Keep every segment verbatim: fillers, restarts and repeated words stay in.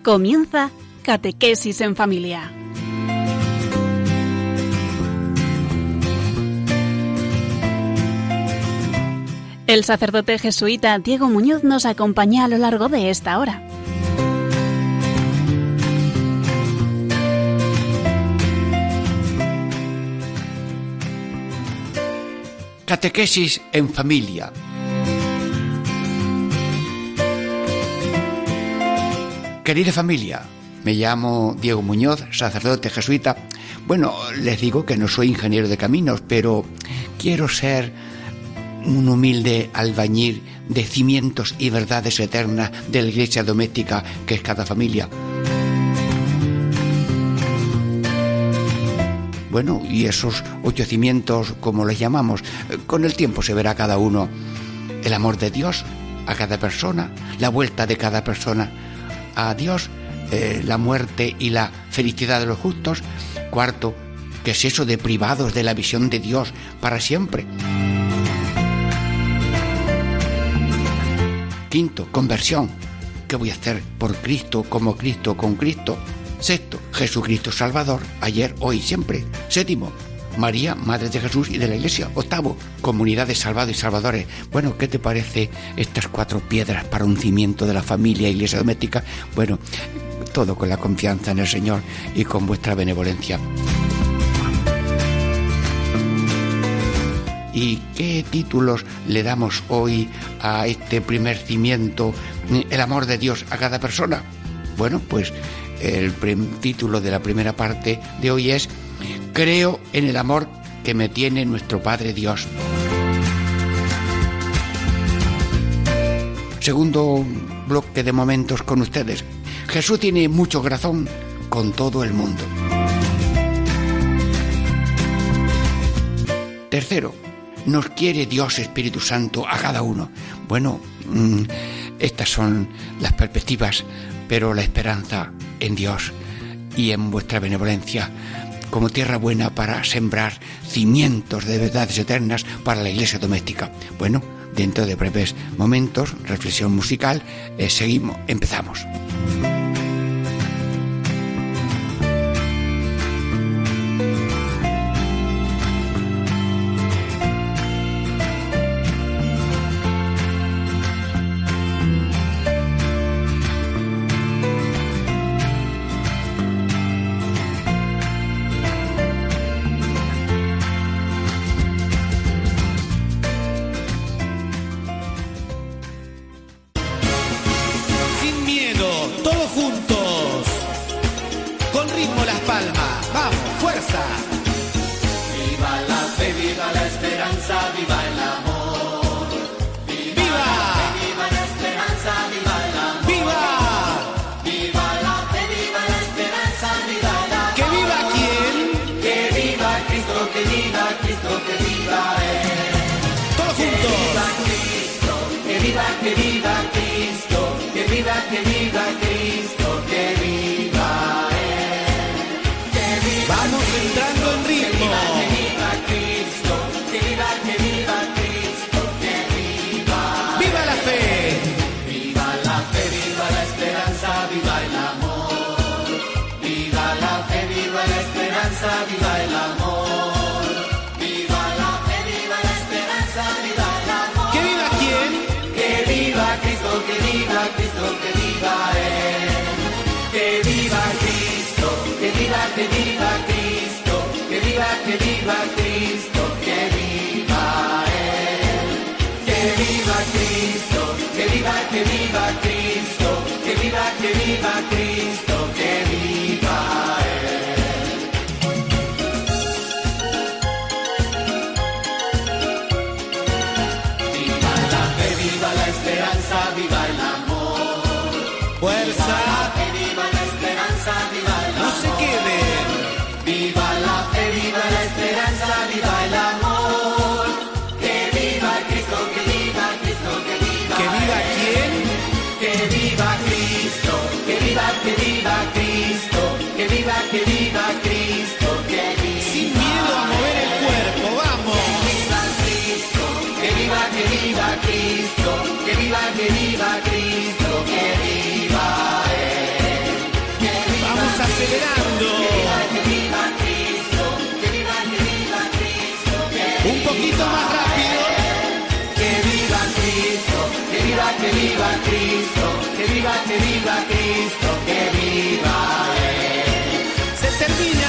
Comienza Catequesis en Familia. El sacerdote jesuita Diego Muñoz nos acompaña a lo largo de esta hora. Catequesis en familia. Querida familia, me llamo Diego Muñoz, sacerdote jesuita. Bueno, les digo que no soy ingeniero de caminos, pero quiero ser un humilde albañil de cimientos y verdades eternas de la iglesia doméstica que es cada familia. Bueno, y esos ocho cimientos, como los llamamos, con el tiempo se verá cada uno. El amor de Dios a cada persona, la vuelta de cada persona a Dios, eh, la muerte y la felicidad de los justos. Cuarto, ¿qué es eso de privados de la visión de Dios para siempre? Quinto, conversión. ¿Qué voy a hacer por Cristo, como Cristo, con Cristo? Sexto, Jesucristo Salvador, ayer, hoy, siempre. Séptimo, María, Madre de Jesús y de la Iglesia. Octavo, comunidad de salvados y salvadores. Bueno, ¿qué te parece estas cuatro piedras para un cimiento de la familia e iglesia doméstica? Bueno, todo con la confianza en el Señor y con vuestra benevolencia. ¿Y qué títulos le damos hoy a este primer cimiento, el amor de Dios a cada persona? Bueno, pues el prim- título de la primera parte de hoy es Creo en el amor que me tiene nuestro Padre Dios. Segundo bloque de momentos con ustedes. Jesús tiene mucho corazón con todo el mundo. Tercero, nos quiere Dios Espíritu Santo a cada uno. Bueno, mmm, estas son las perspectivas, pero la esperanza en Dios y en vuestra benevolencia como tierra buena para sembrar cimientos de verdades eternas para la iglesia doméstica. Bueno, dentro de breves momentos, reflexión musical, eh, seguimos, empezamos. Cristo, que viva, que viva Cristo, que viva Él. acelerando. Que viva, que viva Cristo, que viva, que viva Cristo, que Un poquito más rápido. Que viva Cristo, que viva, que viva Cristo, que viva, que viva Cristo, que viva Él. Se termina.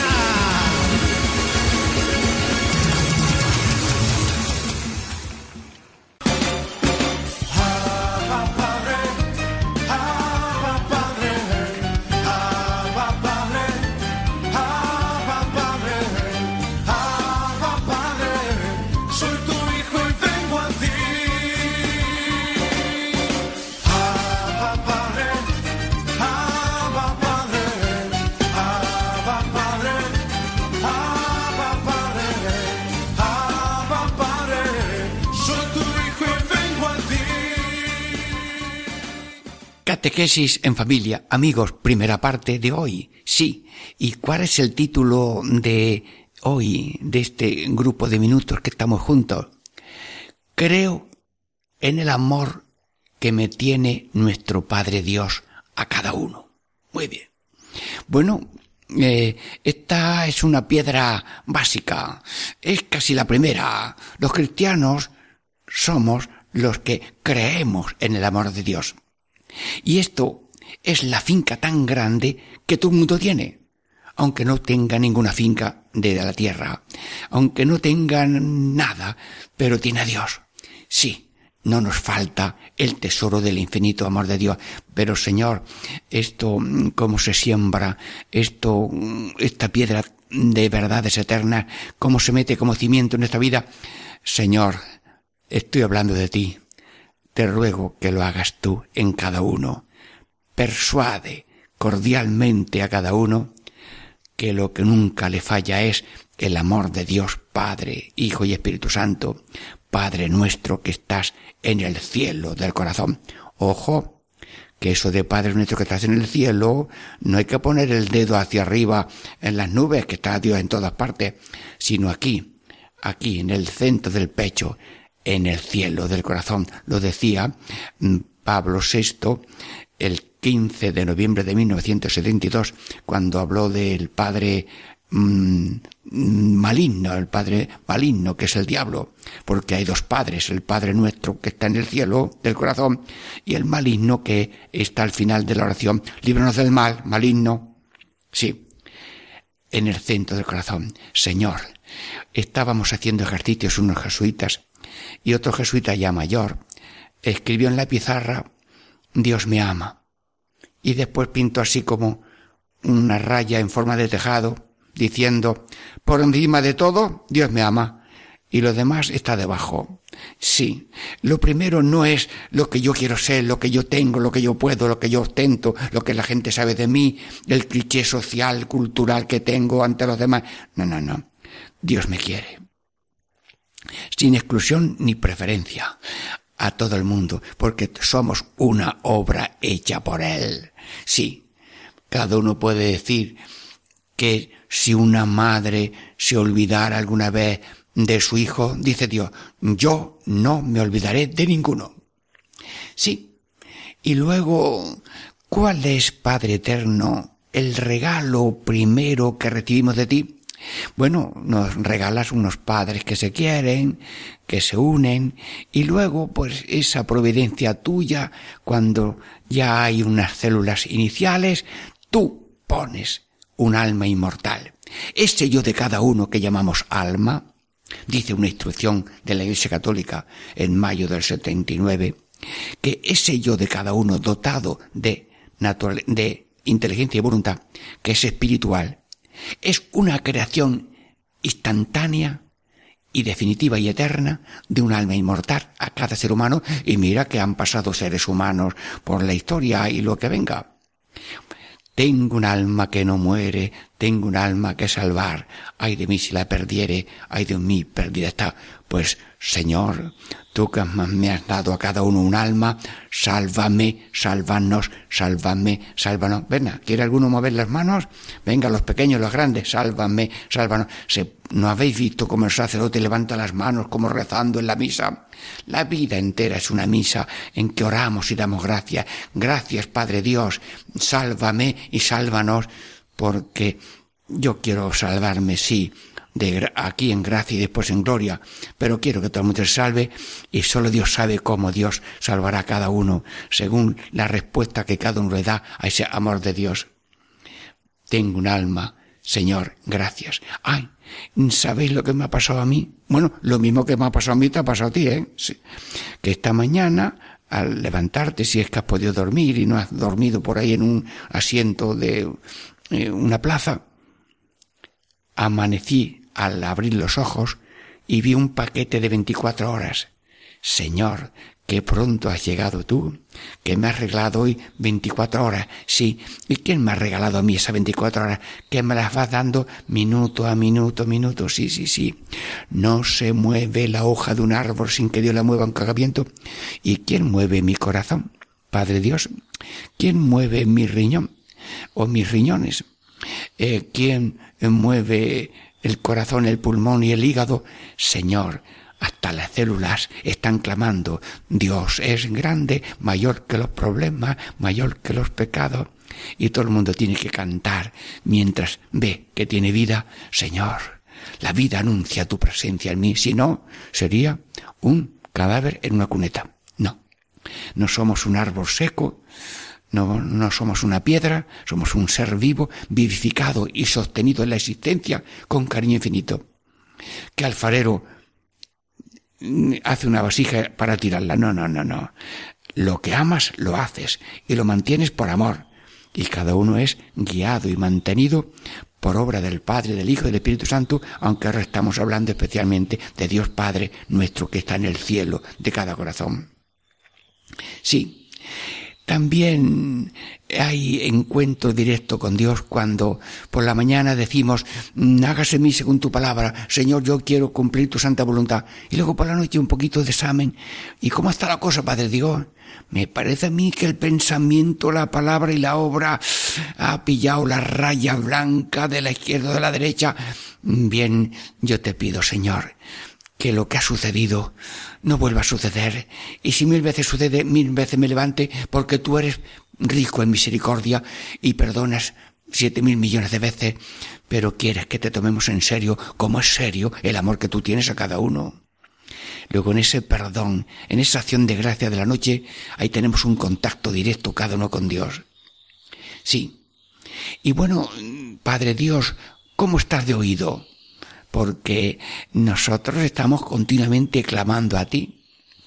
Catequesis en familia, amigos, primera parte de hoy, sí. ¿Y cuál es el título de hoy, de este grupo de minutos que estamos juntos? Creo en el amor que me tiene nuestro Padre Dios a cada uno. Muy bien. Bueno, eh, esta es una piedra básica, es casi la primera. Los cristianos somos los que creemos en el amor de Dios. Y esto es la finca tan grande que todo el mundo tiene, aunque no tenga ninguna finca de la tierra, aunque no tengan nada, pero tiene a Dios. Sí, no nos falta el tesoro del infinito amor de Dios, pero Señor, esto, cómo se siembra, esto, esta piedra de verdades eternas, cómo se mete como cimiento en esta vida. Señor, estoy hablando de ti. Te ruego que lo hagas tú en cada uno. Persuade cordialmente a cada uno que lo que nunca le falla es el amor de Dios Padre, Hijo y Espíritu Santo. Padre nuestro que estás en el cielo del corazón. Ojo, que eso de Padre nuestro que estás en el cielo, no hay que poner el dedo hacia arriba en las nubes, que está Dios en todas partes, sino aquí, aquí en el centro del pecho, en el cielo del corazón. Lo decía Pablo sexto el quince de noviembre de mil novecientos setenta y dos, cuando habló del padre mmm, maligno, el padre maligno que es el diablo, porque hay dos padres, el Padre nuestro que está en el cielo del corazón y el maligno que está al final de la oración. Líbranos del mal, maligno. Sí, en el centro del corazón. Señor, estábamos haciendo ejercicios unos jesuitas, y otro jesuita ya mayor escribió en la pizarra: Dios me ama. Y después pintó así como una raya en forma de tejado, diciendo: por encima de todo, Dios me ama. Y lo demás está debajo. Sí, lo primero no es lo que yo quiero ser, lo que yo tengo, lo que yo puedo, lo que yo ostento, lo que la gente sabe de mí, el cliché social, cultural que tengo ante los demás. No, no, no. Dios me quiere. Sin exclusión ni preferencia, a todo el mundo, porque somos una obra hecha por Él. Sí, cada uno puede decir que si una madre se olvidara alguna vez de su hijo, dice Dios, yo no me olvidaré de ninguno. Sí, y luego, ¿cuál es, Padre Eterno, el regalo primero que recibimos de ti? Bueno, nos regalas unos padres que se quieren, que se unen, y luego, pues, esa providencia tuya, cuando ya hay unas células iniciales, tú pones un alma inmortal. Ese yo de cada uno que llamamos alma, dice una instrucción de la Iglesia Católica en mayo del setenta y nueve, que ese yo de cada uno dotado de, natural, de inteligencia y voluntad, que es espiritual, es una creación instantánea y definitiva y eterna de un alma inmortal a cada ser humano. Y mira que han pasado seres humanos por la historia y lo que venga. Tengo un alma que no muere, tengo un alma que salvar. Ay de mí si la perdiere, ay de mí perdida está. Pues, Señor, tú que me has dado a cada uno un alma, sálvame, sálvanos, sálvame, sálvanos. Venga, ¿quiere alguno mover las manos? Venga, los pequeños, los grandes, sálvame, sálvanos. Se, ¿no habéis visto cómo el sacerdote levanta las manos como rezando en la misa? La vida entera es una misa en que oramos y damos gracias. Gracias, Padre Dios, sálvame y sálvanos. porque yo quiero salvarme, sí, de aquí en gracia y después en gloria, pero quiero que todo el mundo se salve, y solo Dios sabe cómo Dios salvará a cada uno, según la respuesta que cada uno le da a ese amor de Dios. Tengo un alma, Señor, gracias. Ay, ¿sabéis lo que me ha pasado a mí? Bueno, lo mismo que me ha pasado a mí te ha pasado a ti, ¿eh? Sí. Que esta mañana, al levantarte, si es que has podido dormir y no has dormido por ahí en un asiento de eh, una plaza, amanecí al abrir los ojos y vi un paquete de veinticuatro horas. Señor, qué pronto has llegado tú, que me has regalado hoy veinticuatro horas. Sí, ¿y quién me ha regalado a mí esas veinticuatro horas? Que me las vas dando minuto a minuto, minuto. Sí, sí, sí. No se mueve la hoja de un árbol sin que Dios la mueva un cagaviento. ¿Y quién mueve mi corazón? Padre Dios. ¿Quién mueve mi riñón o mis riñones? Eh, ¿Quién mueve el corazón, el pulmón y el hígado? Señor, hasta las células están clamando, Dios es grande, mayor que los problemas, mayor que los pecados. Y todo el mundo tiene que cantar mientras ve que tiene vida. Señor, la vida anuncia tu presencia en mí, si no, sería un cadáver en una cuneta. No, no somos un árbol seco, no, no somos una piedra, somos un ser vivo, vivificado y sostenido en la existencia con cariño infinito. ¿Qué alfarero hace una vasija para tirarla? No, no, no, no. Lo que amas lo haces y lo mantienes por amor. Y cada uno es guiado y mantenido por obra del Padre, del Hijo y del Espíritu Santo, aunque ahora estamos hablando especialmente de Dios Padre nuestro que está en el cielo de cada corazón. Sí. También hay encuentro directo con Dios cuando por la mañana decimos, hágase en mí según tu palabra, Señor, yo quiero cumplir tu santa voluntad. Y luego por la noche un poquito de examen. ¿Y cómo está la cosa, Padre Dios? Me parece a mí que el pensamiento, la palabra y la obra ha pillado la raya blanca de la izquierda o de la derecha. Bien, yo te pido, Señor, que lo que ha sucedido no vuelva a suceder, y si mil veces sucede, mil veces me levante, porque tú eres rico en misericordia y perdonas siete mil millones de veces, pero quieres que te tomemos en serio, como es serio el amor que tú tienes a cada uno. Luego en ese perdón, en esa acción de gracia de la noche, ahí tenemos un contacto directo cada uno con Dios. Sí. Y bueno, Padre Dios, ¿cómo estás de oído? Porque nosotros estamos continuamente clamando a ti.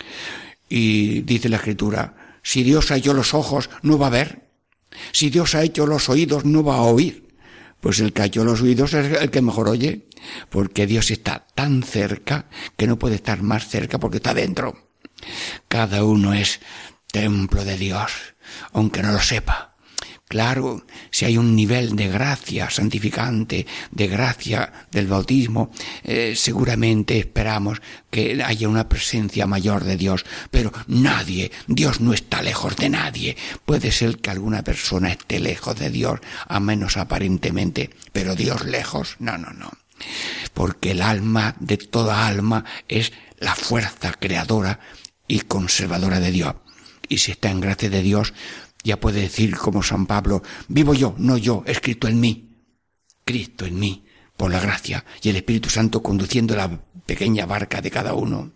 Y dice la Escritura, si Dios ha hecho los ojos, no va a ver. Si Dios ha hecho los oídos, no va a oír. Pues el que ha hecho los oídos es el que mejor oye, porque Dios está tan cerca que no puede estar más cerca porque está dentro. Cada uno es templo de Dios, aunque no lo sepa. Claro, si hay un nivel de gracia santificante, de gracia del bautismo, eh, seguramente esperamos que haya una presencia mayor de Dios, pero nadie, Dios no está lejos de nadie. Puede ser que alguna persona esté lejos de Dios, a menos aparentemente, pero Dios lejos, no, no, no. Porque el alma de toda alma es la fuerza creadora y conservadora de Dios. Y si está en gracia de Dios, ya puede decir como San Pablo, vivo yo, no yo, es Cristo en mí. Cristo en mí, por la gracia, y el Espíritu Santo conduciendo la pequeña barca de cada uno.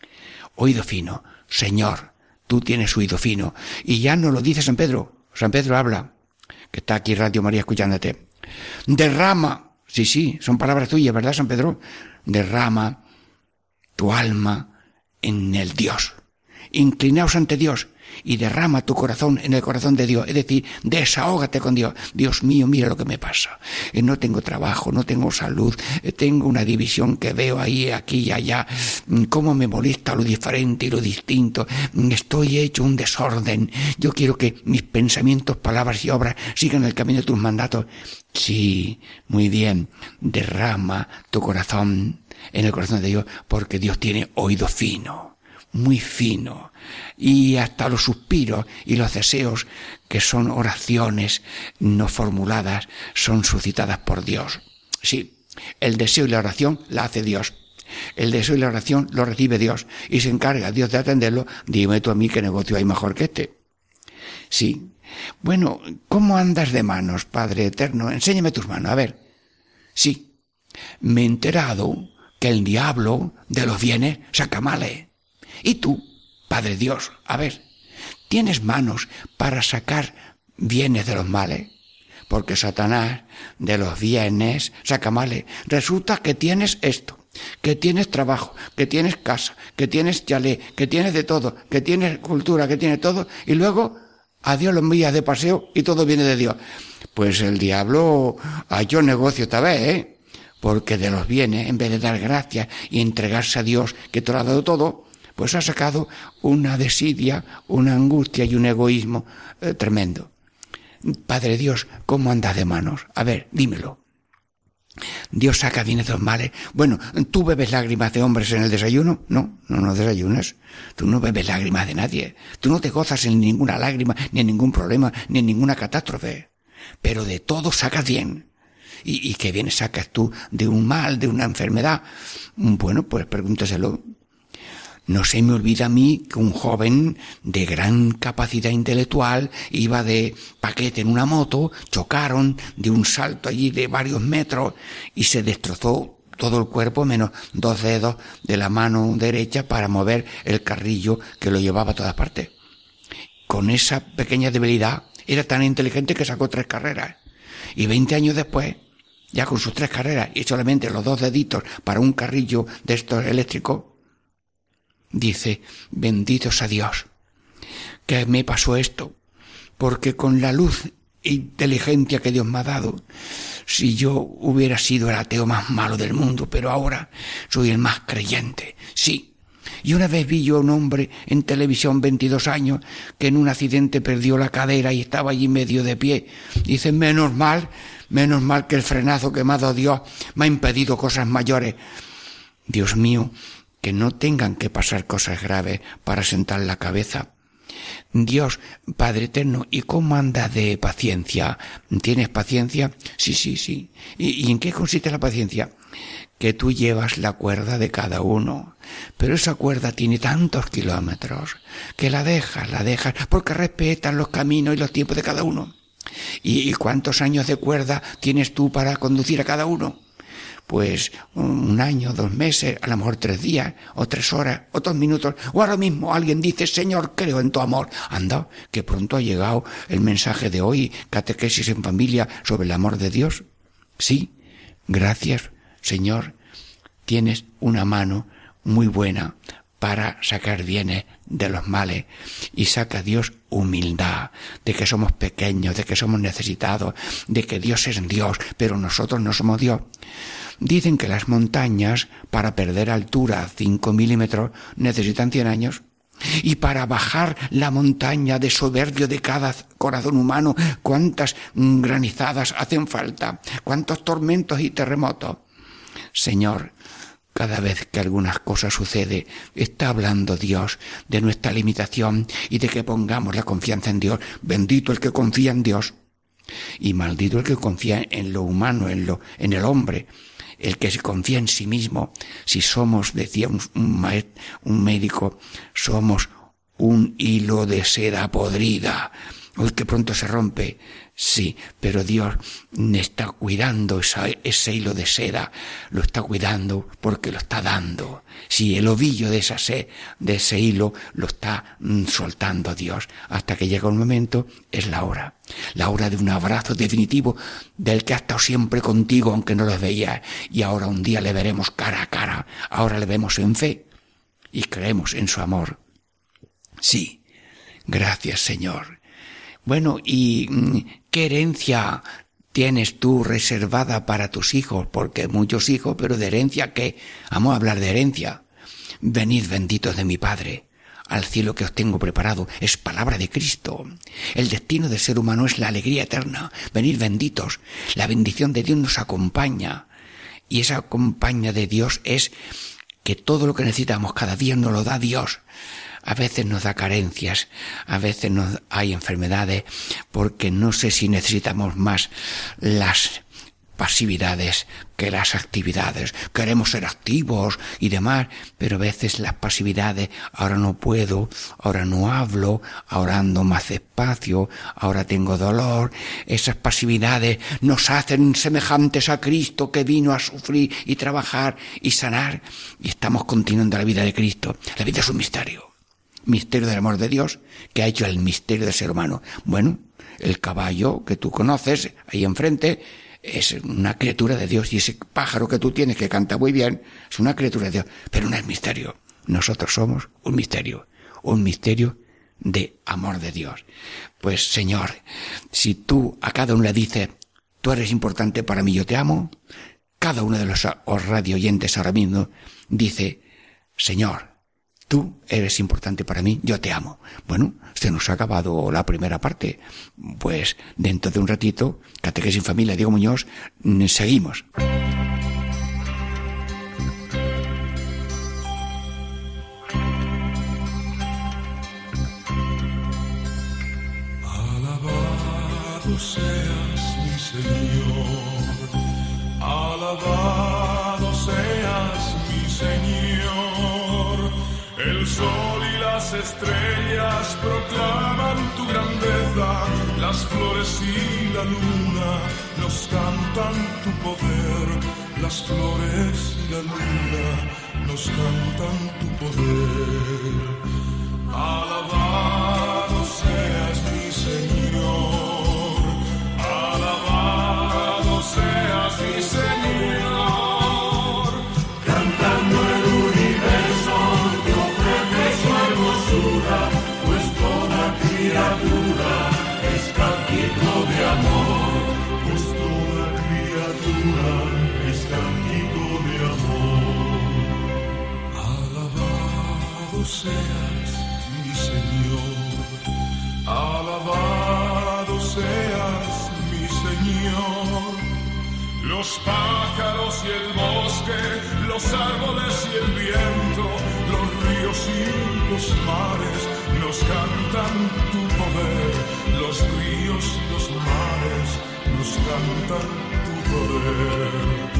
Oído fino, Señor, tú tienes oído fino. Y ya no lo dice San Pedro. San Pedro habla, que está aquí Radio María escuchándote. Derrama, sí, sí, son palabras tuyas, ¿verdad, San Pedro? Derrama tu alma en el Dios. Inclinaos ante Dios y derrama tu corazón en el corazón de Dios. Es decir, desahógate con Dios. Dios mío, mira lo que me pasa. No tengo trabajo, no tengo salud, tengo una división que veo ahí, aquí y allá. Cómo me molesta lo diferente y lo distinto. Estoy hecho un desorden. Yo quiero que mis pensamientos, palabras y obras sigan el camino de tus mandatos. Sí, muy bien. Derrama tu corazón en el corazón de Dios, porque Dios tiene oído fino, muy fino, y hasta los suspiros y los deseos, que son oraciones no formuladas, son suscitadas por Dios. Sí, el deseo y la oración la hace Dios. El deseo y la oración lo recibe Dios, y se encarga Dios de atenderlo. Dime tú a mí qué negocio hay mejor que este. Sí. Bueno, ¿cómo andas de manos, Padre Eterno? Enséñame tus manos, a ver. Sí. Me he enterado que el diablo de los bienes saca males. Y tú, Padre Dios, a ver, ¿tienes manos para sacar bienes de los males? Porque Satanás de los bienes saca males. Resulta que tienes esto, que tienes trabajo, que tienes casa, que tienes chalet, que tienes de todo, que tienes cultura, que tienes todo, y luego a Dios lo envías de paseo y todo viene de Dios. Pues el diablo ha hecho negocio esta vez, ¿eh? Porque de los bienes, en vez de dar gracias y entregarse a Dios, que te lo ha dado todo, pues ha sacado una desidia, una angustia y un egoísmo eh, tremendo. Padre Dios, ¿cómo andas de manos? A ver, dímelo. Dios saca bienes de los males. Bueno, ¿tú bebes lágrimas de hombres en el desayuno? No, no, no desayunas. Tú no bebes lágrimas de nadie. Tú no te gozas en ninguna lágrima, ni en ningún problema, ni en ninguna catástrofe. Pero de todo sacas bien. ¿Y, y qué bien sacas tú de un mal, de una enfermedad? Bueno, pues pregúntaselo. No se me olvida a mí que un joven de gran capacidad intelectual iba de paquete en una moto, chocaron de un salto allí de varios metros y se destrozó todo el cuerpo menos dos dedos de la mano derecha para mover el carrillo que lo llevaba a todas partes. Con esa pequeña debilidad era tan inteligente que sacó tres carreras. Y veinte años después, ya con sus tres carreras y solamente los dos deditos para un carrillo de estos eléctricos, dice, bendito sea Dios, que me pasó esto, porque con la luz e inteligencia que Dios me ha dado, si yo hubiera sido el ateo más malo del mundo, pero ahora soy el más creyente, sí. Y una vez vi yo a un hombre en televisión, veintidós años, que en un accidente perdió la cadera y estaba allí medio de pie. Dice, menos mal, menos mal que el frenazo que me ha dado Dios me ha impedido cosas mayores. Dios mío, que no tengan que pasar cosas graves para sentar la cabeza. Dios, Padre Eterno, ¿y cómo andas de paciencia? ¿Tienes paciencia? Sí, sí, sí. ¿Y, y en qué consiste la paciencia? Que tú llevas la cuerda de cada uno, pero esa cuerda tiene tantos kilómetros que la dejas, la dejas, porque respetas los caminos y los tiempos de cada uno. ¿Y, y cuántos años de cuerda tienes tú para conducir a cada uno? Pues un año, dos meses, a lo mejor tres días, o tres horas, o dos minutos, o ahora mismo alguien dice, Señor, creo en tu amor. Anda, que pronto ha llegado el mensaje de hoy, catequesis en familia sobre el amor de Dios. Sí, gracias, Señor, tienes una mano muy buena para sacar bienes de los males, y saca Dios humildad, de que somos pequeños, de que somos necesitados, de que Dios es Dios, pero nosotros no somos Dios. Dicen que las montañas, para perder altura cinco milímetros, necesitan cien años. Y para bajar la montaña de soberbio de cada corazón humano, ¿cuántas granizadas hacen falta? ¿Cuántos tormentos y terremotos? Señor, cada vez que algunas cosas sucede, está hablando Dios de nuestra limitación y de que pongamos la confianza en Dios. Bendito el que confía en Dios. Y maldito el que confía en lo humano, en lo, en el hombre. El que se confía en sí mismo. Si somos, decía un, un, maest, un médico, somos un hilo de seda podrida. Uy, que pronto se rompe. Sí, pero Dios está cuidando esa, ese hilo de seda, lo está cuidando porque lo está dando. Sí, el ovillo de, esa se, de ese hilo lo está mm, soltando Dios, hasta que llega un momento, es la hora. La hora de un abrazo definitivo del que ha estado siempre contigo, aunque no lo veías, y ahora un día le veremos cara a cara, ahora le vemos en fe y creemos en su amor. Sí, gracias, Señor. Bueno, ¿y qué herencia tienes tú reservada para tus hijos? Porque muchos hijos, pero de herencia, ¿qué? Vamos a hablar de herencia. Venid benditos de mi Padre, al cielo que os tengo preparado. Es palabra de Cristo. El destino del ser humano es la alegría eterna. Venid benditos. La bendición de Dios nos acompaña. Y esa compañía de Dios es que todo lo que necesitamos cada día nos lo da Dios. A veces nos da carencias, a veces nos hay enfermedades, porque no sé si necesitamos más las pasividades que las actividades. Queremos ser activos y demás, pero a veces las pasividades, ahora no puedo, ahora no hablo, ahora ando más despacio, ahora tengo dolor. Esas pasividades nos hacen semejantes a Cristo, que vino a sufrir y trabajar y sanar, y estamos continuando la vida de Cristo. La vida es un misterio, misterio del amor de Dios, que ha hecho el misterio del ser humano. Bueno, el caballo que tú conoces ahí enfrente es una criatura de Dios, y ese pájaro que tú tienes que canta muy bien es una criatura de Dios, pero no es misterio. Nosotros somos un misterio, un misterio de amor de Dios. Pues Señor, si tú a cada uno le dices, tú eres importante para mí, yo te amo, cada uno de los radio oyentes ahora mismo dice, Señor, tú eres importante para mí, yo te amo. Bueno, se nos ha acabado la primera parte. Pues dentro de un ratito, Catequesis en Familia, Diego Muñoz, seguimos. Alabado seas mi Señor, alabado seas mi Señor. El sol y las estrellas proclaman tu grandeza, las flores y la luna nos cantan tu poder, las flores y la luna nos cantan tu poder. Alabado seas mi Señor, alabado seas mi Señor, cantando el universo te ofrece su hermosura, pues toda criatura es cántico de amor, pues toda criatura es cántico de amor. Alabado seas mi Señor, alabado seas mi Señor. Los pájaros y el bosque, los árboles y el viento, los ríos y los mares nos cantan tu poder, los ríos y los mares nos cantan tu poder.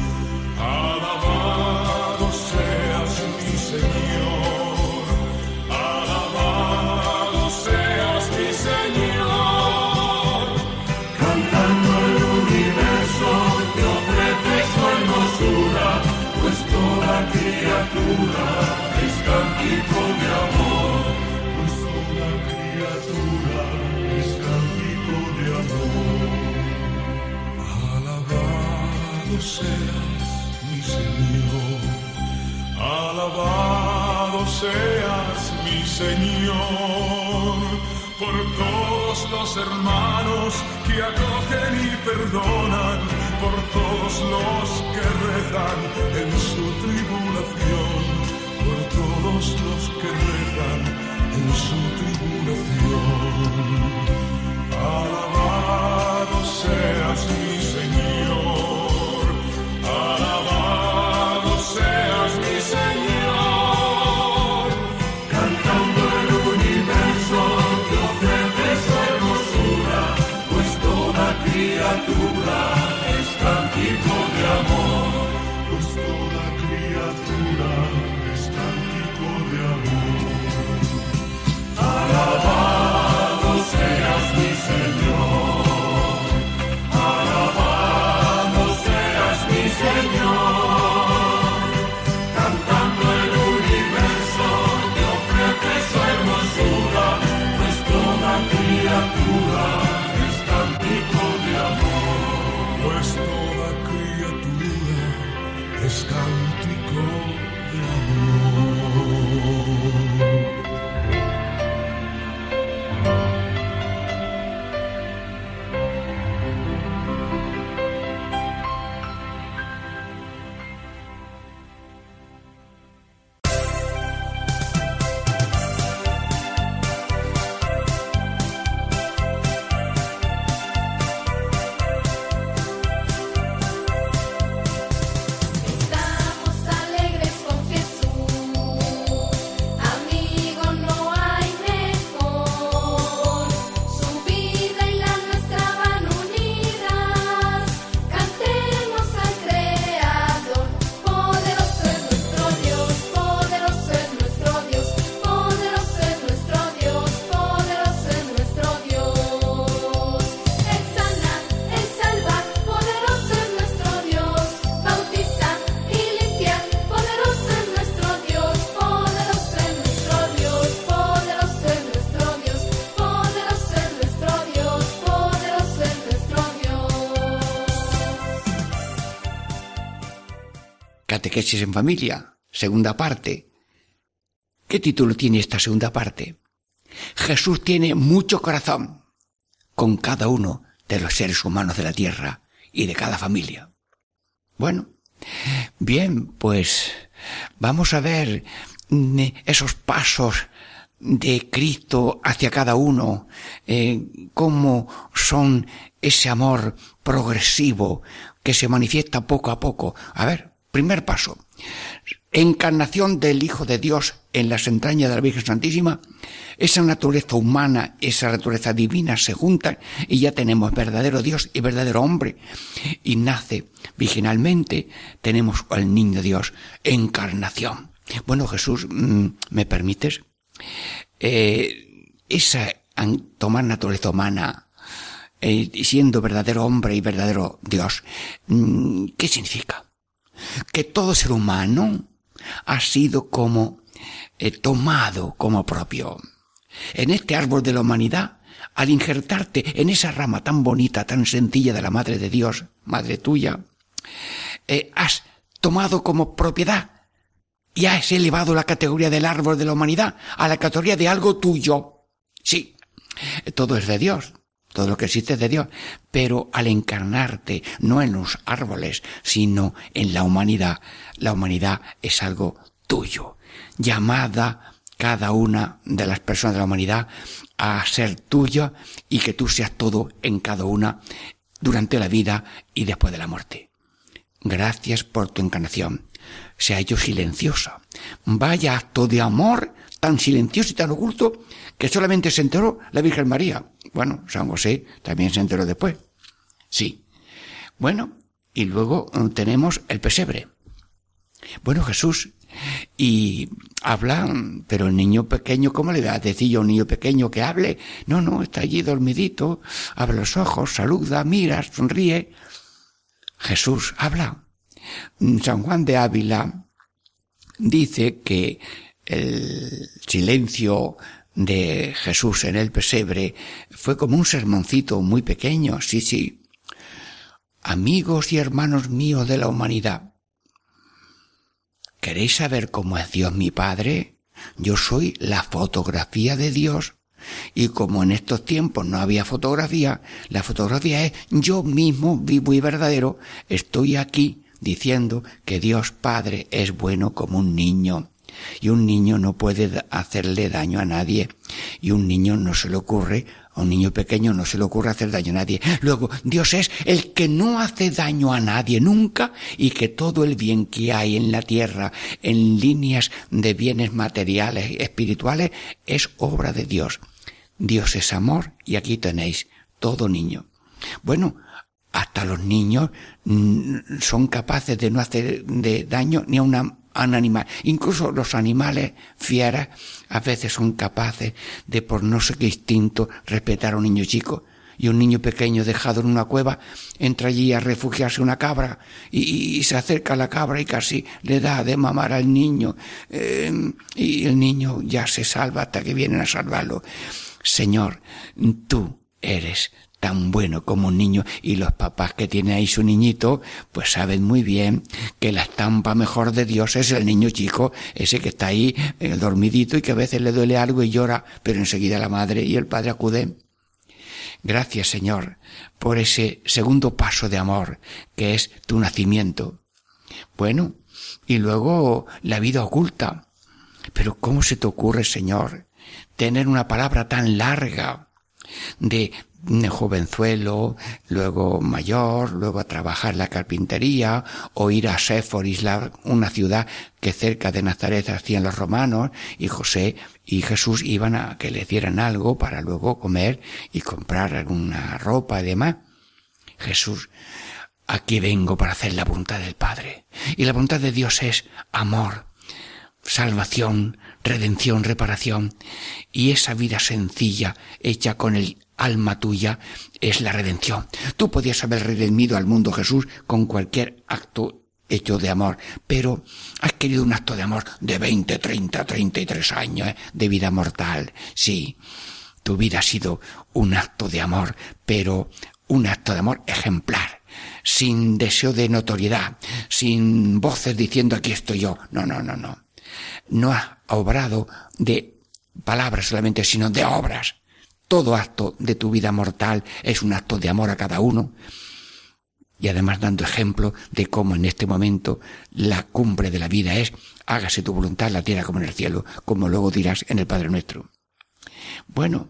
Alabado seas mi Señor, alabado seas mi Señor, cantando el universo te ofrece su hermosura, pues toda criatura es cántico de amor, pues toda criatura es cántico de amor. Alabado seas mi Señor, alabado seas mi Señor, por todos los hermanos que acogen y perdonan, por todos los que rezan en su tribulación, por todos los que rezan en su tribulación. Alabado seas mi Señor, alabado seas mi Señor, cantando el universo te ofrece su hermosura, pues toda criatura es cántico de amor, pues toda criatura es cántico de amor. Alabado seas mi Señor, alabado seas mi Señor, cantando el universo te ofrece su hermosura, pues toda criatura es cántico de amor, pues toda criatura es cántico de amor. Catequesis en familia, segunda parte. ¿Qué título tiene esta segunda parte? Jesús tiene mucho corazón con cada uno de los seres humanos de la tierra y de cada familia. Bueno, bien, pues vamos a ver esos pasos de Cristo hacia cada uno, eh, cómo son ese amor progresivo que se manifiesta poco a poco. A ver, primer paso. Encarnación del Hijo de Dios en las entrañas de la Virgen Santísima. Esa naturaleza humana, esa naturaleza divina se juntan y ya tenemos verdadero Dios y verdadero hombre. Y nace virginalmente, tenemos al niño Dios, encarnación. Bueno, Jesús, ¿me permites? Eh, esa tomar naturaleza humana, eh, siendo verdadero hombre y verdadero Dios, ¿qué significa? Que todo ser humano ha sido como eh, tomado como propio. En este árbol de la humanidad, al injertarte en esa rama tan bonita, tan sencilla de la Madre de Dios, Madre tuya, eh, has tomado como propiedad y has elevado la categoría del árbol de la humanidad a la categoría de algo tuyo. Sí, todo es de Dios, todo lo que existe es de Dios, pero al encarnarte no en los árboles, sino en la humanidad, la humanidad es algo tuyo, llamada cada una de las personas de la humanidad a ser tuya y que tú seas todo en cada una durante la vida y después de la muerte. Gracias por tu encarnación. Se ha hecho silenciosa. Vaya acto de amor tan silencioso y tan oculto que solamente se enteró la Virgen María. Bueno, San José también se enteró después. Sí. Bueno, y luego tenemos el pesebre. Bueno, Jesús, y habla, pero el niño pequeño, ¿cómo le va a decir yo a un niño pequeño que hable? No, no, está allí dormidito, abre los ojos, saluda, mira, sonríe. Jesús habla. San Juan de Ávila dice que el silencio de Jesús en el pesebre fue como un sermoncito muy pequeño, sí, sí. Amigos y hermanos míos de la humanidad, ¿queréis saber cómo es Dios mi Padre? Yo soy la fotografía de Dios. Y como en estos tiempos no había fotografía, la fotografía es yo mismo, vivo y verdadero, estoy aquí diciendo que Dios Padre es bueno como un niño. Y un niño no puede hacerle daño a nadie. Y un niño no se le ocurre, a un niño pequeño no se le ocurre hacer daño a nadie. Luego, Dios es el que no hace daño a nadie nunca y que todo el bien que hay en la tierra, en líneas de bienes materiales, espirituales, es obra de Dios. Dios es amor y aquí tenéis todo niño. Bueno, hasta los niños mmm, son capaces de no hacer de daño ni a una a un animal. Incluso los animales fieras a veces son capaces de, por no sé qué instinto, respetar a un niño chico. Y un niño pequeño dejado en una cueva entra allí a refugiarse una cabra y, y se acerca a la cabra y casi le da de mamar al niño. Eh, y el niño ya se salva hasta que vienen a salvarlo. Señor, tú eres tan bueno como un niño, y los papás que tienen ahí su niñito, pues saben muy bien que la estampa mejor de Dios es el niño chico, ese que está ahí eh, dormidito y que a veces le duele algo y llora, pero enseguida la madre y el padre acuden. Gracias, Señor, por ese segundo paso de amor, que es tu nacimiento. Bueno, y luego la vida oculta. Pero ¿cómo se te ocurre, Señor, tener una palabra tan larga de jovenzuelo, luego mayor, luego a trabajar en la carpintería, o ir a Séforis, una ciudad que cerca de Nazaret hacían los romanos, y José y Jesús iban a que le dieran algo para luego comer y comprar alguna ropa y demás? Jesús, aquí vengo para hacer la voluntad del Padre. Y la voluntad de Dios es amor, salvación, redención, reparación. Y esa vida sencilla, hecha con el alma tuya, es la redención. Tú podías haber redimido al mundo, Jesús, con cualquier acto hecho de amor, pero has querido un acto de amor de veinte, treinta, treinta y tres años, ¿eh? de vida mortal. Sí, tu vida ha sido un acto de amor, pero un acto de amor ejemplar. sin deseo de notoriedad, sin voces diciendo aquí estoy yo. No, no, no, no. No has obrado de palabras solamente, sino de obras. Todo acto de tu vida mortal es un acto de amor a cada uno. Y además dando ejemplo de cómo en este momento la cumbre de la vida es hágase tu voluntad en la tierra como en el cielo, como luego dirás en el Padre Nuestro. Bueno,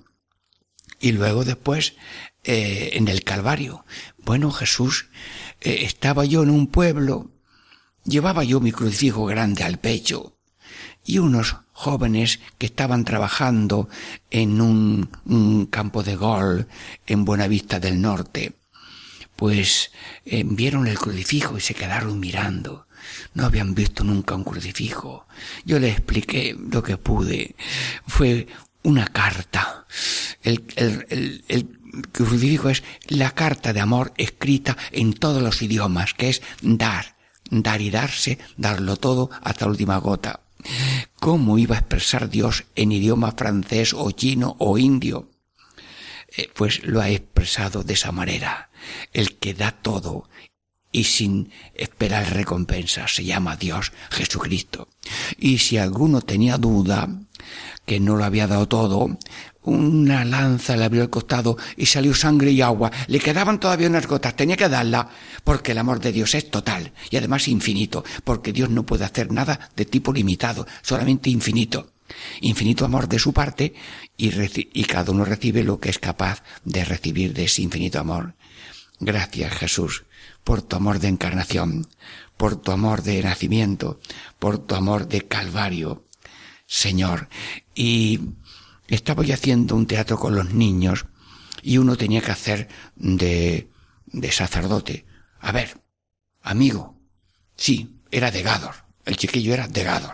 y luego después eh, en el Calvario. Bueno, Jesús, eh, estaba yo en un pueblo, llevaba yo mi crucifijo grande al pecho y unos jóvenes que estaban trabajando en un, un campo de golf en Buenavista del Norte, pues eh, vieron el crucifijo y se quedaron mirando. No habían visto nunca un crucifijo. Yo les expliqué lo que pude. Fue una carta. El, el, el, el crucifijo es la carta de amor escrita en todos los idiomas, que es dar, dar y darse, darlo todo hasta la última gota. ¿Cómo iba a expresar Dios en idioma francés o chino o indio? Eh, pues lo ha expresado de esa manera. El que da todo y sin esperar recompensa se llama Dios Jesucristo. Y si alguno tenía duda que no lo había dado todo, una lanza le abrió el costado y salió sangre y agua. Le quedaban todavía unas gotas, tenía que darla, porque el amor de Dios es total y además infinito, porque Dios no puede hacer nada de tipo limitado, solamente infinito. Infinito amor de su parte y, reci- y cada uno recibe lo que es capaz de recibir de ese infinito amor. Gracias, Jesús, por tu amor de encarnación, por tu amor de nacimiento, por tu amor de Calvario, Señor. Y estaba yo haciendo un teatro con los niños y uno tenía que hacer de, de sacerdote. A ver, amigo, sí, era de Gádor, el chiquillo era de Gádor.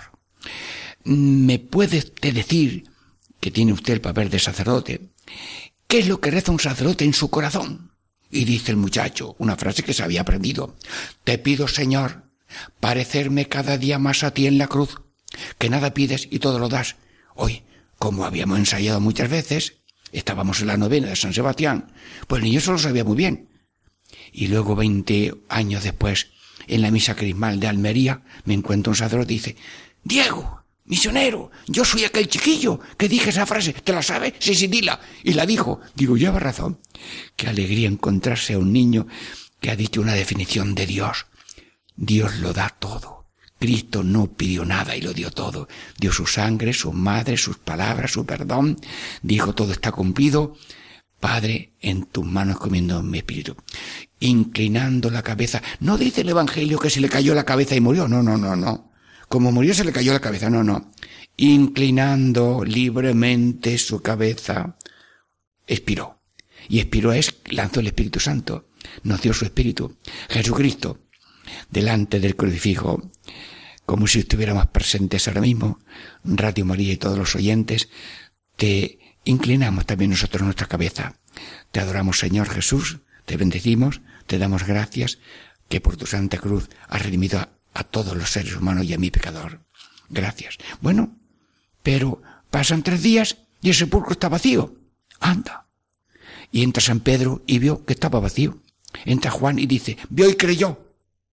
¿Me puede usted decir, que tiene usted el papel de sacerdote, qué es lo que reza un sacerdote en su corazón? Y dice el muchacho, una frase que se había aprendido: te pido, Señor, parecerme cada día más a ti en la cruz, que nada pides y todo lo das. Hoy, como habíamos ensayado muchas veces, estábamos en la novena de San Sebastián, pues el niño eso lo sabía muy bien. Y luego, veinte años después, en la misa crismal de Almería, me encuentro un sacerdote y dice: Diego, misionero, yo soy aquel chiquillo que dije esa frase, ¿te la sabes? Sí, sí, dila. Y la dijo. Digo, lleva razón. Qué alegría encontrarse a un niño que ha dicho una definición de Dios. Dios lo da todo. Cristo no pidió nada y lo dio todo. Dio su sangre, su madre, sus palabras, su perdón. Dijo, todo está cumplido. Padre, en tus manos comiendo mi espíritu. Inclinando la cabeza. No dice el Evangelio que se le cayó la cabeza y murió. No, no, no, no. Como murió se le cayó la cabeza. No, no. Inclinando libremente su cabeza, expiró. Y expiró es, lanzó el Espíritu Santo. Nos dio su Espíritu. Jesucristo, delante del crucifijo, como si estuviéramos presentes ahora mismo, Radio María y todos los oyentes, te inclinamos también nosotros nuestra cabeza. Te adoramos, Señor Jesús, te bendecimos, te damos gracias, que por tu Santa Cruz has redimido a, a todos los seres humanos y a mi pecador. Gracias. Bueno, pero pasan tres días y el sepulcro está vacío. Anda. Y entra San Pedro y vio que estaba vacío. Entra Juan y dice, vio y creyó.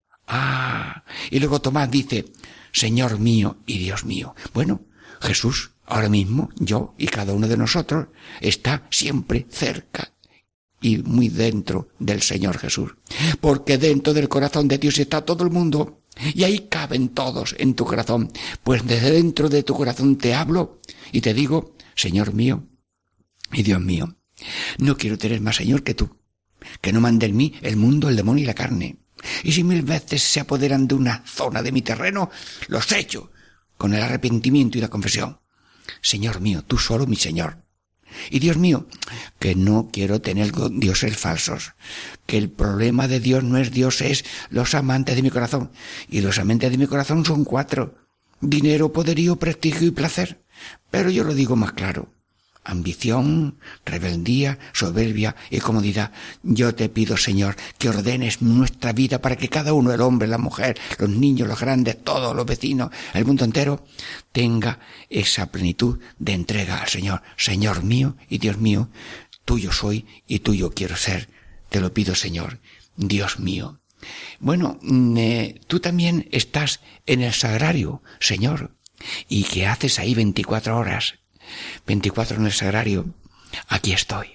Ah, y luego Tomás dice, Señor mío y Dios mío. Bueno, Jesús, ahora mismo, yo y cada uno de nosotros, está siempre cerca y muy dentro del Señor Jesús. Porque dentro del corazón de Dios está todo el mundo. Y ahí caben todos en tu corazón. Pues desde dentro de tu corazón te hablo y te digo, Señor mío y Dios mío. No quiero tener más Señor que tú, que no mande en mí el mundo, el demonio y la carne. Y si mil veces se apoderan de una zona de mi terreno, los echo con el arrepentimiento y la confesión. Señor mío, tú solo mi Señor. Y Dios mío, que no quiero tener dioses falsos, que el problema de Dios no es Dios, es los amantes de mi corazón. Y los amantes de mi corazón son cuatro: dinero, poderío, prestigio y placer. Pero yo lo digo más claro: ambición, rebeldía, soberbia y comodidad. Yo te pido, Señor, que ordenes nuestra vida para que cada uno, el hombre, la mujer, los niños, los grandes, todos los vecinos, el mundo entero, tenga esa plenitud de entrega al Señor. Señor mío y Dios mío, tuyo soy y tuyo quiero ser. Te lo pido, Señor, Dios mío. Bueno, eh, tú también estás en el sagrario, Señor. ¿Y qué haces ahí veinticuatro horas? veinticuatro en el sagrario. Aquí estoy.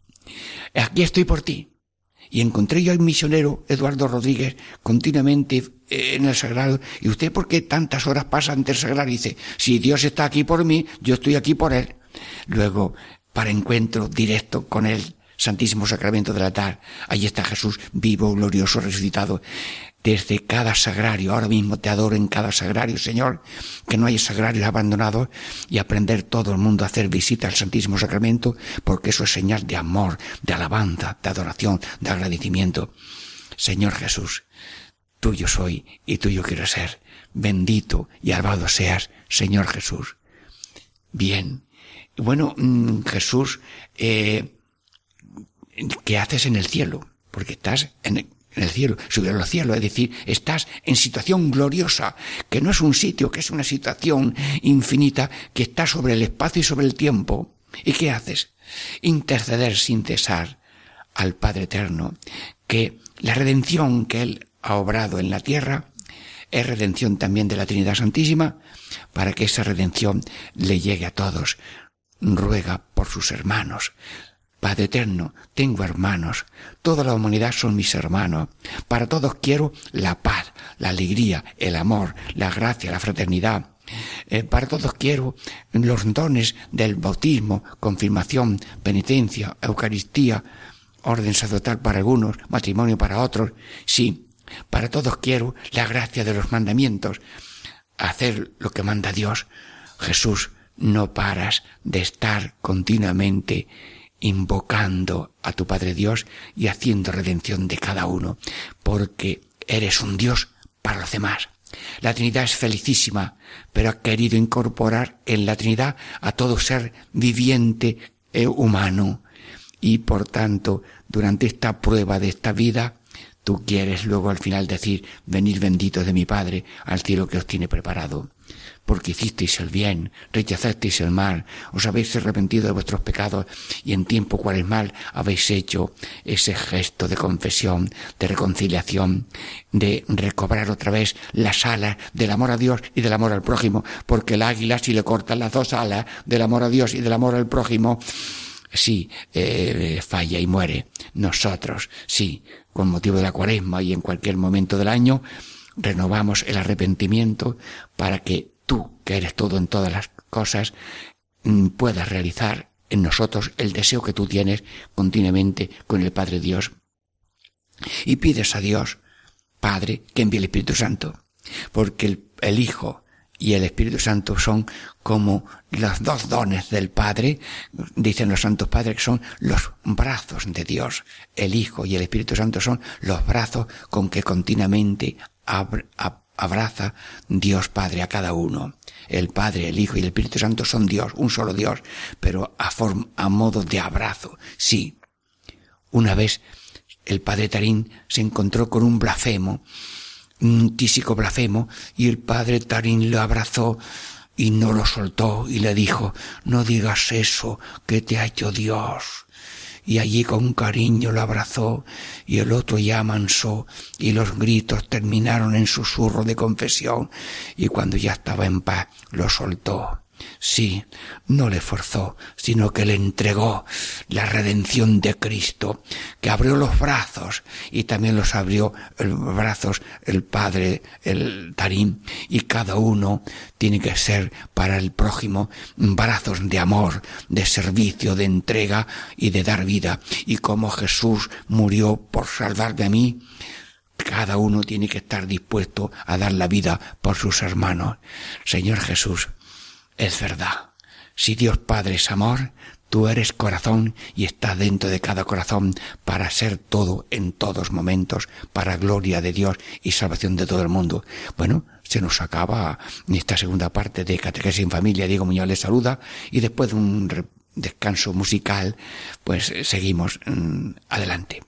Aquí estoy por ti. Y encontré yo al misionero Eduardo Rodríguez continuamente en el sagrario. ¿Y usted por qué tantas horas pasa ante el sagrario? Y dice, si Dios está aquí por mí, yo estoy aquí por él. Luego, para encuentro directo con él, Santísimo Sacramento del altar, allí está Jesús vivo, glorioso, resucitado. Desde cada sagrario, ahora mismo te adoro en cada sagrario, Señor, que no haya sagrarios abandonados, y aprender todo el mundo a hacer visita al Santísimo Sacramento, porque eso es señal de amor, de alabanza, de adoración, de agradecimiento. Señor Jesús, tuyo soy y tuyo quiero ser. Bendito y alabado seas, Señor Jesús. Bien. Bueno, Jesús, eh, ¿qué haces en el cielo? Porque estás en el, en el cielo, subir a los cielos, es decir, estás en situación gloriosa, que no es un sitio, que es una situación infinita, que está sobre el espacio y sobre el tiempo. ¿Y qué haces? Interceder sin cesar al Padre Eterno, que la redención que Él ha obrado en la tierra es redención también de la Trinidad Santísima, para que esa redención le llegue a todos. Ruega por sus hermanos. Padre Eterno, tengo hermanos, toda la humanidad son mis hermanos, para todos quiero la paz, la alegría, el amor, la gracia, la fraternidad. Eh, para todos quiero los dones del bautismo, confirmación, penitencia, Eucaristía, orden sacerdotal para algunos, matrimonio para otros. Sí, para todos quiero la gracia de los mandamientos, hacer lo que manda Dios. Jesús, no paras de estar continuamente invocando a tu Padre Dios y haciendo redención de cada uno, porque eres un Dios para los demás. La Trinidad es felicísima, pero ha querido incorporar en la Trinidad a todo ser viviente e humano, y por tanto, durante esta prueba de esta vida, tú quieres luego al final decir, venid benditos de mi Padre al cielo que os tiene preparado. Porque hicisteis el bien, rechazasteis el mal, os habéis arrepentido de vuestros pecados y en tiempo cuaresmal habéis hecho ese gesto de confesión, de reconciliación, de recobrar otra vez las alas del amor a Dios y del amor al prójimo, porque el águila, si le cortan las dos alas del amor a Dios y del amor al prójimo, sí, eh, falla y muere. Nosotros, sí, con motivo de la cuaresma y en cualquier momento del año, renovamos el arrepentimiento para que tú, que eres todo en todas las cosas, puedas realizar en nosotros el deseo que tú tienes continuamente con el Padre Dios. Y pides a Dios, Padre, que envíe el Espíritu Santo, porque el, el Hijo y el Espíritu Santo son como los dos dones del Padre, dicen los santos padres, que son los brazos de Dios. El Hijo y el Espíritu Santo son los brazos con que continuamente ab- ab- abraza Dios Padre a cada uno. El Padre, el Hijo y el Espíritu Santo son Dios, un solo Dios, pero a, forma, a modo de abrazo. Sí, una vez el Padre Tarín se encontró con un blasfemo, un tísico blasfemo, y el Padre Tarín lo abrazó y no lo soltó y le dijo, no digas eso que te ha hecho Dios. Y allí con cariño lo abrazó y el otro ya amansó y los gritos terminaron en susurro de confesión y cuando ya estaba en paz lo soltó. Sí, no le forzó, sino que le entregó la redención de Cristo, que abrió los brazos y también los abrió los brazos el Padre, el Tarín, y cada uno tiene que ser para el prójimo brazos de amor, de servicio, de entrega y de dar vida. Y como Jesús murió por salvarme a mí, cada uno tiene que estar dispuesto a dar la vida por sus hermanos. Señor Jesús, es verdad, si Dios Padre es amor, tú eres corazón y estás dentro de cada corazón para ser todo en todos momentos, para gloria de Dios y salvación de todo el mundo. Bueno, se nos acaba esta segunda parte de Catequesis en Familia. Diego Muñoz les saluda y después de un descanso musical, pues seguimos mmm, adelante.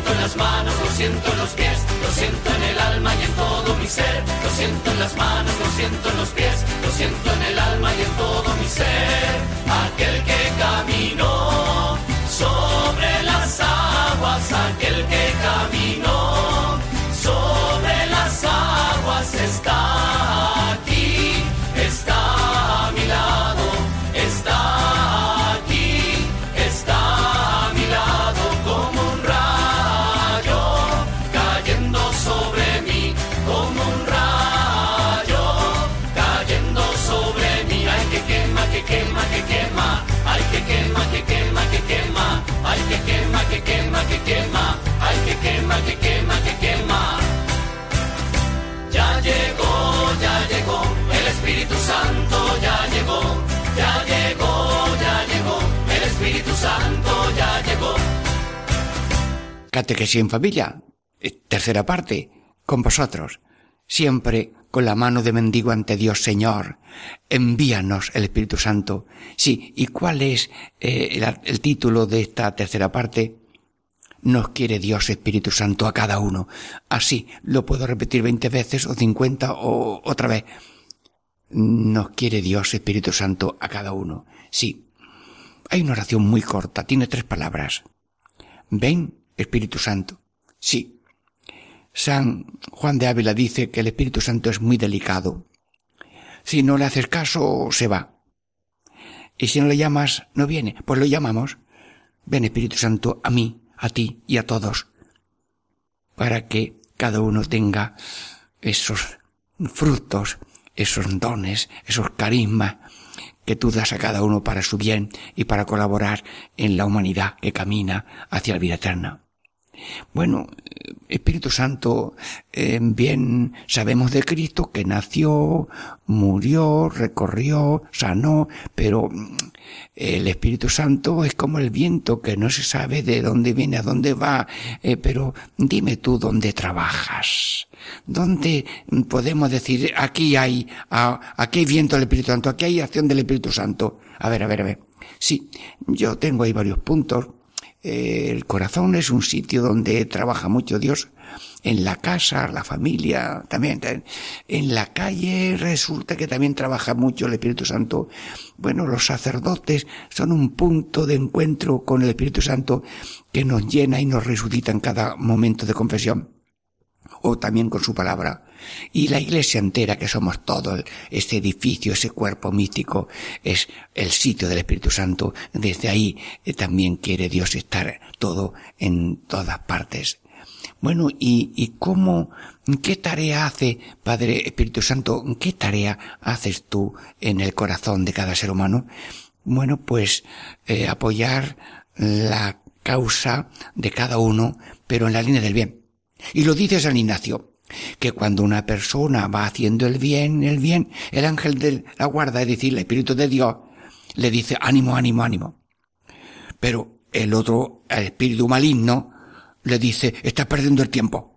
siento en las manos, lo siento en los pies, lo siento en el alma y en todo mi ser. Lo siento en las manos, lo siento en los pies, lo siento en el alma y en todo mi ser. Aquel que caminó sobre las aguas, aquel que caminó sobre las aguas está aquí, está a mi lado, está aquí, está a mi lado como un rayo cayendo sobre mí, como un rayo cayendo sobre mí. Ay, que quema, que quema, que quema, ay, que quema, que quema, que quema, ay, que quema, que quema, que quema, ay, que quema, que quema, que quema. Ya llegó, ya llegó, el Espíritu Santo ya llegó, ya llegó, ya llegó, el Espíritu Santo ya llegó. Catequesis en familia, tercera parte, con vosotros, siempre con la mano de mendigo ante Dios. Señor, envíanos el Espíritu Santo. Sí, ¿y cuál es eh, el, el título de esta tercera parte? Nos quiere Dios Espíritu Santo a cada uno. Así, lo puedo repetir veinte veces o cincuenta o otra vez. Nos quiere Dios Espíritu Santo a cada uno. Sí, hay una oración muy corta, tiene tres palabras. Ven, Espíritu Santo. Sí. San Juan de Ávila dice que el Espíritu Santo es muy delicado. Si no le haces caso, se va. Y si no le llamas, no viene. Pues lo llamamos. Ven, Espíritu Santo, a mí, a ti y a todos, para que cada uno tenga esos frutos, esos dones, esos carismas que tú das a cada uno para su bien y para colaborar en la humanidad que camina hacia la vida eterna. Bueno, Espíritu Santo, eh, bien sabemos de Cristo que nació, murió, recorrió, sanó, pero el Espíritu Santo es como el viento que no se sabe de dónde viene, a dónde va, eh, pero dime tú dónde trabajas, dónde podemos decir aquí hay, a, aquí hay viento del Espíritu Santo, aquí hay acción del Espíritu Santo. A ver, a ver, a ver. Sí, yo tengo ahí varios puntos. El corazón es un sitio donde trabaja mucho Dios, en la casa, la familia, también, en la calle resulta que también trabaja mucho el Espíritu Santo. Bueno, los sacerdotes son un punto de encuentro con el Espíritu Santo que nos llena y nos resucita en cada momento de confesión, o también con su palabra. Y la iglesia entera, que somos todo, este edificio, ese cuerpo místico, es el sitio del Espíritu Santo. Desde ahí eh, también quiere Dios estar todo en todas partes. Bueno, ¿y, y cómo, qué tarea hace, Padre Espíritu Santo, qué tarea haces tú en el corazón de cada ser humano? Bueno, pues eh, apoyar la causa de cada uno, pero en la línea del bien. Y lo dice San Ignacio, que cuando una persona va haciendo el bien, el bien, el ángel de la guarda, es decir, el Espíritu de Dios, le dice ánimo, ánimo, ánimo. Pero el otro, el espíritu maligno, le dice, estás perdiendo el tiempo.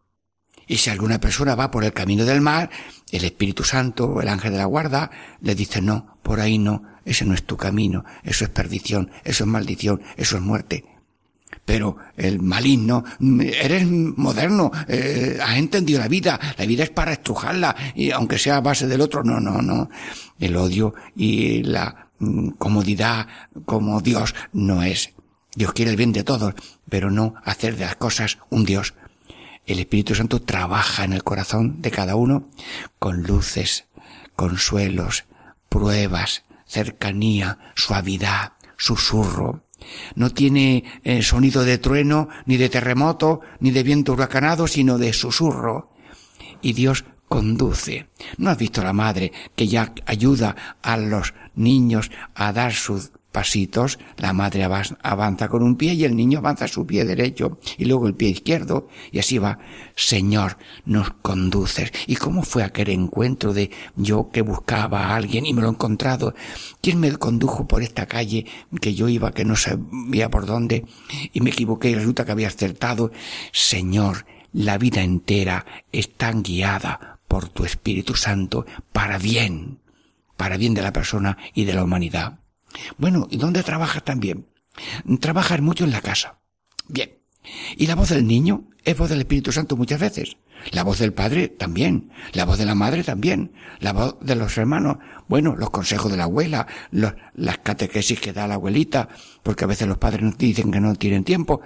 Y si alguna persona va por el camino del mal, el Espíritu Santo, el ángel de la guarda, le dice, no, por ahí no, ese no es tu camino, eso es perdición, eso es maldición, eso es muerte. Pero el maligno, eres moderno, eh, has entendido la vida, la vida es para estrujarla, y aunque sea a base del otro, no, no, no. El odio y la mm, comodidad como Dios no es. Dios quiere el bien de todos, pero no hacer de las cosas un Dios. El Espíritu Santo trabaja en el corazón de cada uno con luces, consuelos, pruebas, cercanía, suavidad, susurro. No tiene eh, sonido de trueno, ni de terremoto, ni de viento huracanado, sino de susurro. Y Dios conduce. ¿No has visto a la madre que ya ayuda a los niños a dar sus pasitos? La madre avanza con un pie y el niño avanza su pie derecho y luego el pie izquierdo, y así va. Señor, nos conduces. ¿Y cómo fue aquel encuentro de yo que buscaba a alguien y me lo he encontrado? ¿Quién me condujo por esta calle que yo iba, que no sabía por dónde, y me equivoqué y resulta que había acertado? Señor, la vida entera está guiada por tu Espíritu Santo para bien, para bien de la persona y de la humanidad. Bueno, ¿y dónde trabajas también? Trabajas mucho en la casa. Bien, Y la voz del niño es voz del Espíritu Santo muchas veces. La voz del padre también. La voz de la madre también. La voz de los hermanos. Bueno, los consejos de la abuela, los, las catequesis que da la abuelita, porque a veces los padres nos dicen que no tienen tiempo.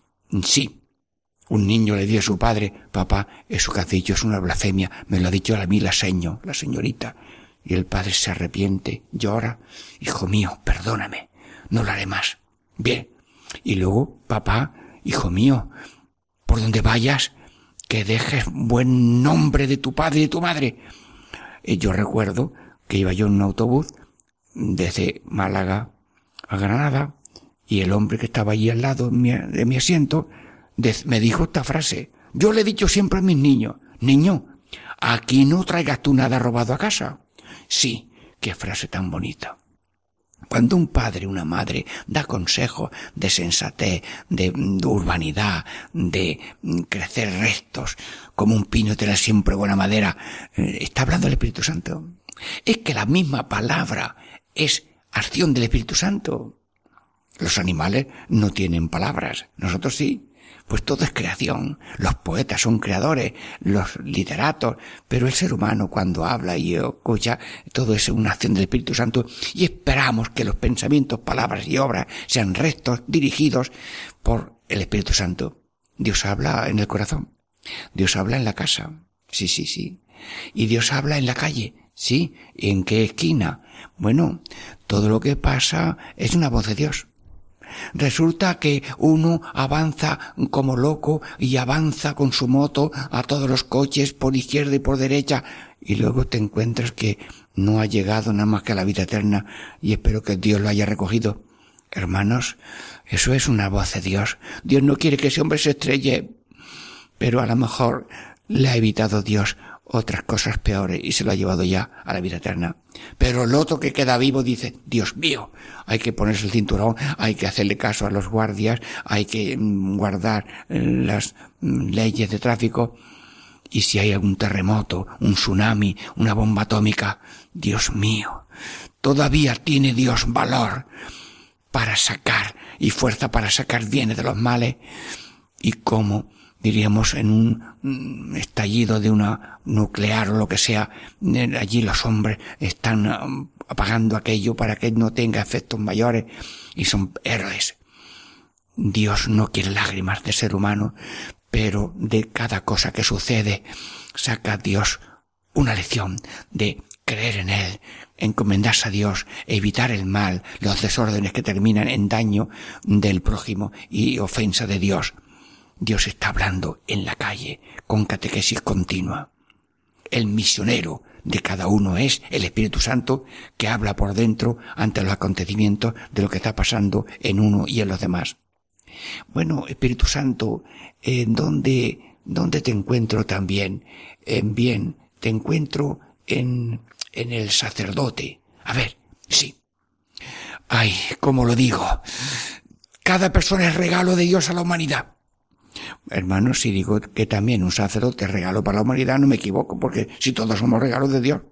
Sí. Un niño le dice a su padre, papá, eso que has dicho es una blasfemia, me lo ha dicho a mí la seño, la señorita. Y el padre se arrepiente, llora, hijo mío, perdóname, no lo haré más. Bien. Y luego, papá, hijo mío, por donde vayas, que dejes buen nombre de tu padre y de tu madre. Y yo recuerdo que iba yo en un autobús desde Málaga a Granada, y el hombre que estaba allí al lado de mi, de mi asiento me dijo esta frase. Yo le he dicho siempre a mis niños, niño, aquí no traigas tú nada robado a casa. Sí, qué frase tan bonita. Cuando un padre, una madre, da consejos de sensatez, de, de urbanidad, de crecer rectos, como un pino tener siempre buena madera, está hablando el Espíritu Santo. Es que la misma palabra es acción del Espíritu Santo. Los animales no tienen palabras, nosotros sí. Pues todo es creación. Los poetas son creadores, los literatos, pero el ser humano cuando habla y escucha, todo es una acción del Espíritu Santo, y esperamos que los pensamientos, palabras y obras sean rectos, dirigidos por el Espíritu Santo. Dios habla en el corazón, Dios habla en la casa, sí, sí, sí, y Dios habla en la calle, sí, ¿en qué esquina? Bueno, todo lo que pasa es una voz de Dios. Resulta que uno avanza como loco y avanza con su moto a todos los coches por izquierda y por derecha, y luego te encuentras que no ha llegado nada más que a la vida eterna, y espero que Dios lo haya recogido. Hermanos, eso es una voz de Dios. Dios no quiere que ese hombre se estrelle, pero a lo mejor le ha evitado Dios otras cosas peores y se lo ha llevado ya a la vida eterna. Pero el otro que queda vivo dice, Dios mío, hay que ponerse el cinturón, hay que hacerle caso a los guardias, hay que guardar las leyes de tráfico, y si hay algún terremoto, un tsunami, una bomba atómica, Dios mío, todavía tiene Dios valor para sacar y fuerza para sacar bienes de los males. Y como diríamos en un estallido de una nuclear o lo que sea, allí los hombres están apagando aquello para que no tenga efectos mayores, y son héroes. Dios no quiere lágrimas de ser humano, pero de cada cosa que sucede saca Dios una lección de creer en Él, encomendarse a Dios, evitar el mal, los desórdenes que terminan en daño del prójimo y ofensa de Dios. Dios está hablando en la calle, con catequesis continua. El misionero de cada uno es el Espíritu Santo, que habla por dentro ante los acontecimientos de lo que está pasando en uno y en los demás. Bueno, Espíritu Santo, ¿en dónde, dónde te encuentro también? En bien, te encuentro en, en el sacerdote. A ver, sí. Ay, ¿cómo lo digo? Cada persona es regalo de Dios a la humanidad. Hermanos, si digo que también un sacerdote es regalo para la humanidad, no me equivoco, porque si todos somos regalos de Dios.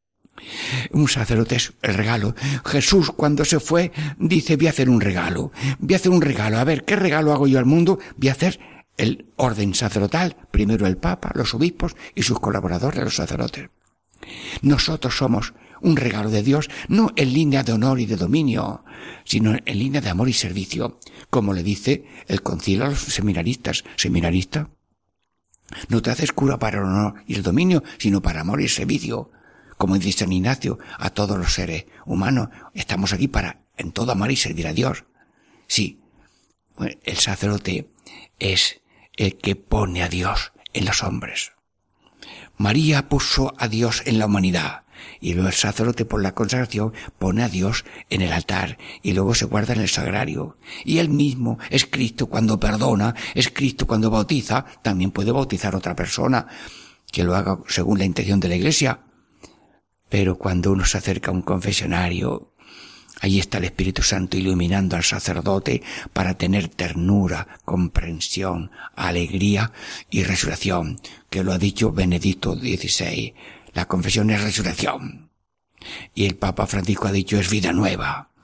Un sacerdote es el regalo. Jesús, cuando se fue, dice, voy a hacer un regalo. Voy a hacer un regalo. A ver, ¿qué regalo hago yo al mundo? Voy a hacer el orden sacerdotal. Primero el Papa, los obispos y sus colaboradores, los sacerdotes. Nosotros somos un regalo de Dios, no en línea de honor y de dominio, sino en línea de amor y servicio, como le dice el concilio a los seminaristas. Seminarista, no te haces cura para el honor y el dominio, sino para amor y servicio. Como dice San Ignacio, a todos los seres humanos, estamos aquí para en todo amar y servir a Dios. Sí, el sacerdote es el que pone a Dios en los hombres. María puso a Dios en la humanidad, y luego el sacerdote por la consagración pone a Dios en el altar, y luego se guarda en el sagrario. Y él mismo es Cristo cuando perdona, es Cristo cuando bautiza, también puede bautizar a otra persona, que lo haga según la intención de la Iglesia. Pero cuando uno se acerca a un confesionario, ahí está el Espíritu Santo iluminando al sacerdote para tener ternura, comprensión, alegría y resurrección, que lo ha dicho Benedicto dieciséis. La confesión es resurrección. Y el Papa Francisco ha dicho es vida nueva.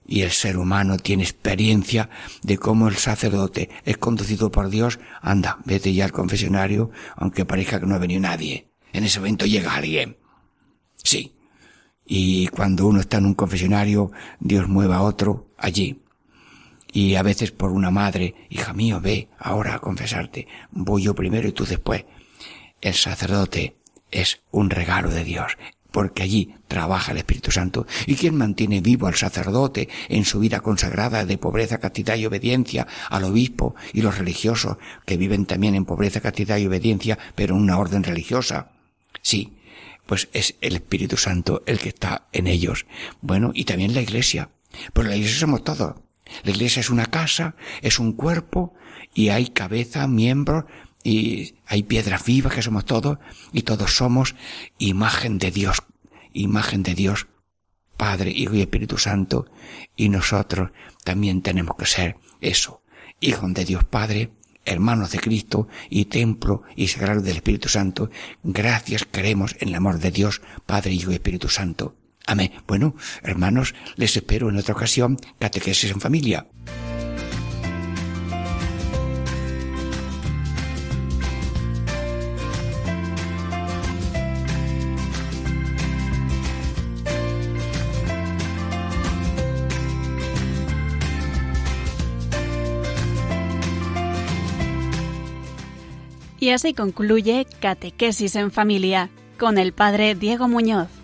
y el ser humano tiene experiencia de cómo el sacerdote es conducido por Dios. Anda, vete ya al confesionario, aunque parezca que no ha venido nadie. En ese momento llega alguien. Sí. Y cuando uno está en un confesionario, Dios mueve a otro allí. Y a veces por una madre, hija mío, ve ahora a confesarte. Voy yo primero y tú después. El sacerdote es un regalo de Dios, porque allí trabaja el Espíritu Santo. ¿Y quién mantiene vivo al sacerdote en su vida consagrada de pobreza, castidad y obediencia al obispo y los religiosos que viven también en pobreza, castidad y obediencia, pero en una orden religiosa? Sí, pues es el Espíritu Santo el que está en ellos. Bueno, y también la Iglesia. Pues la Iglesia somos todos. La Iglesia es una casa, es un cuerpo, y hay cabeza, miembros, y hay piedras vivas que somos todos, y todos somos imagen de Dios, imagen de Dios, Padre, Hijo y Espíritu Santo, y nosotros también tenemos que ser eso, hijos de Dios Padre, hermanos de Cristo, y templo y sagrario del Espíritu Santo. Gracias queremos en el amor de Dios, Padre, Hijo y Espíritu Santo. Amén. Bueno, hermanos, les espero en otra ocasión, Catequesis en Familia. Y así concluye Catequesis en Familia con el Padre Diego Muñoz.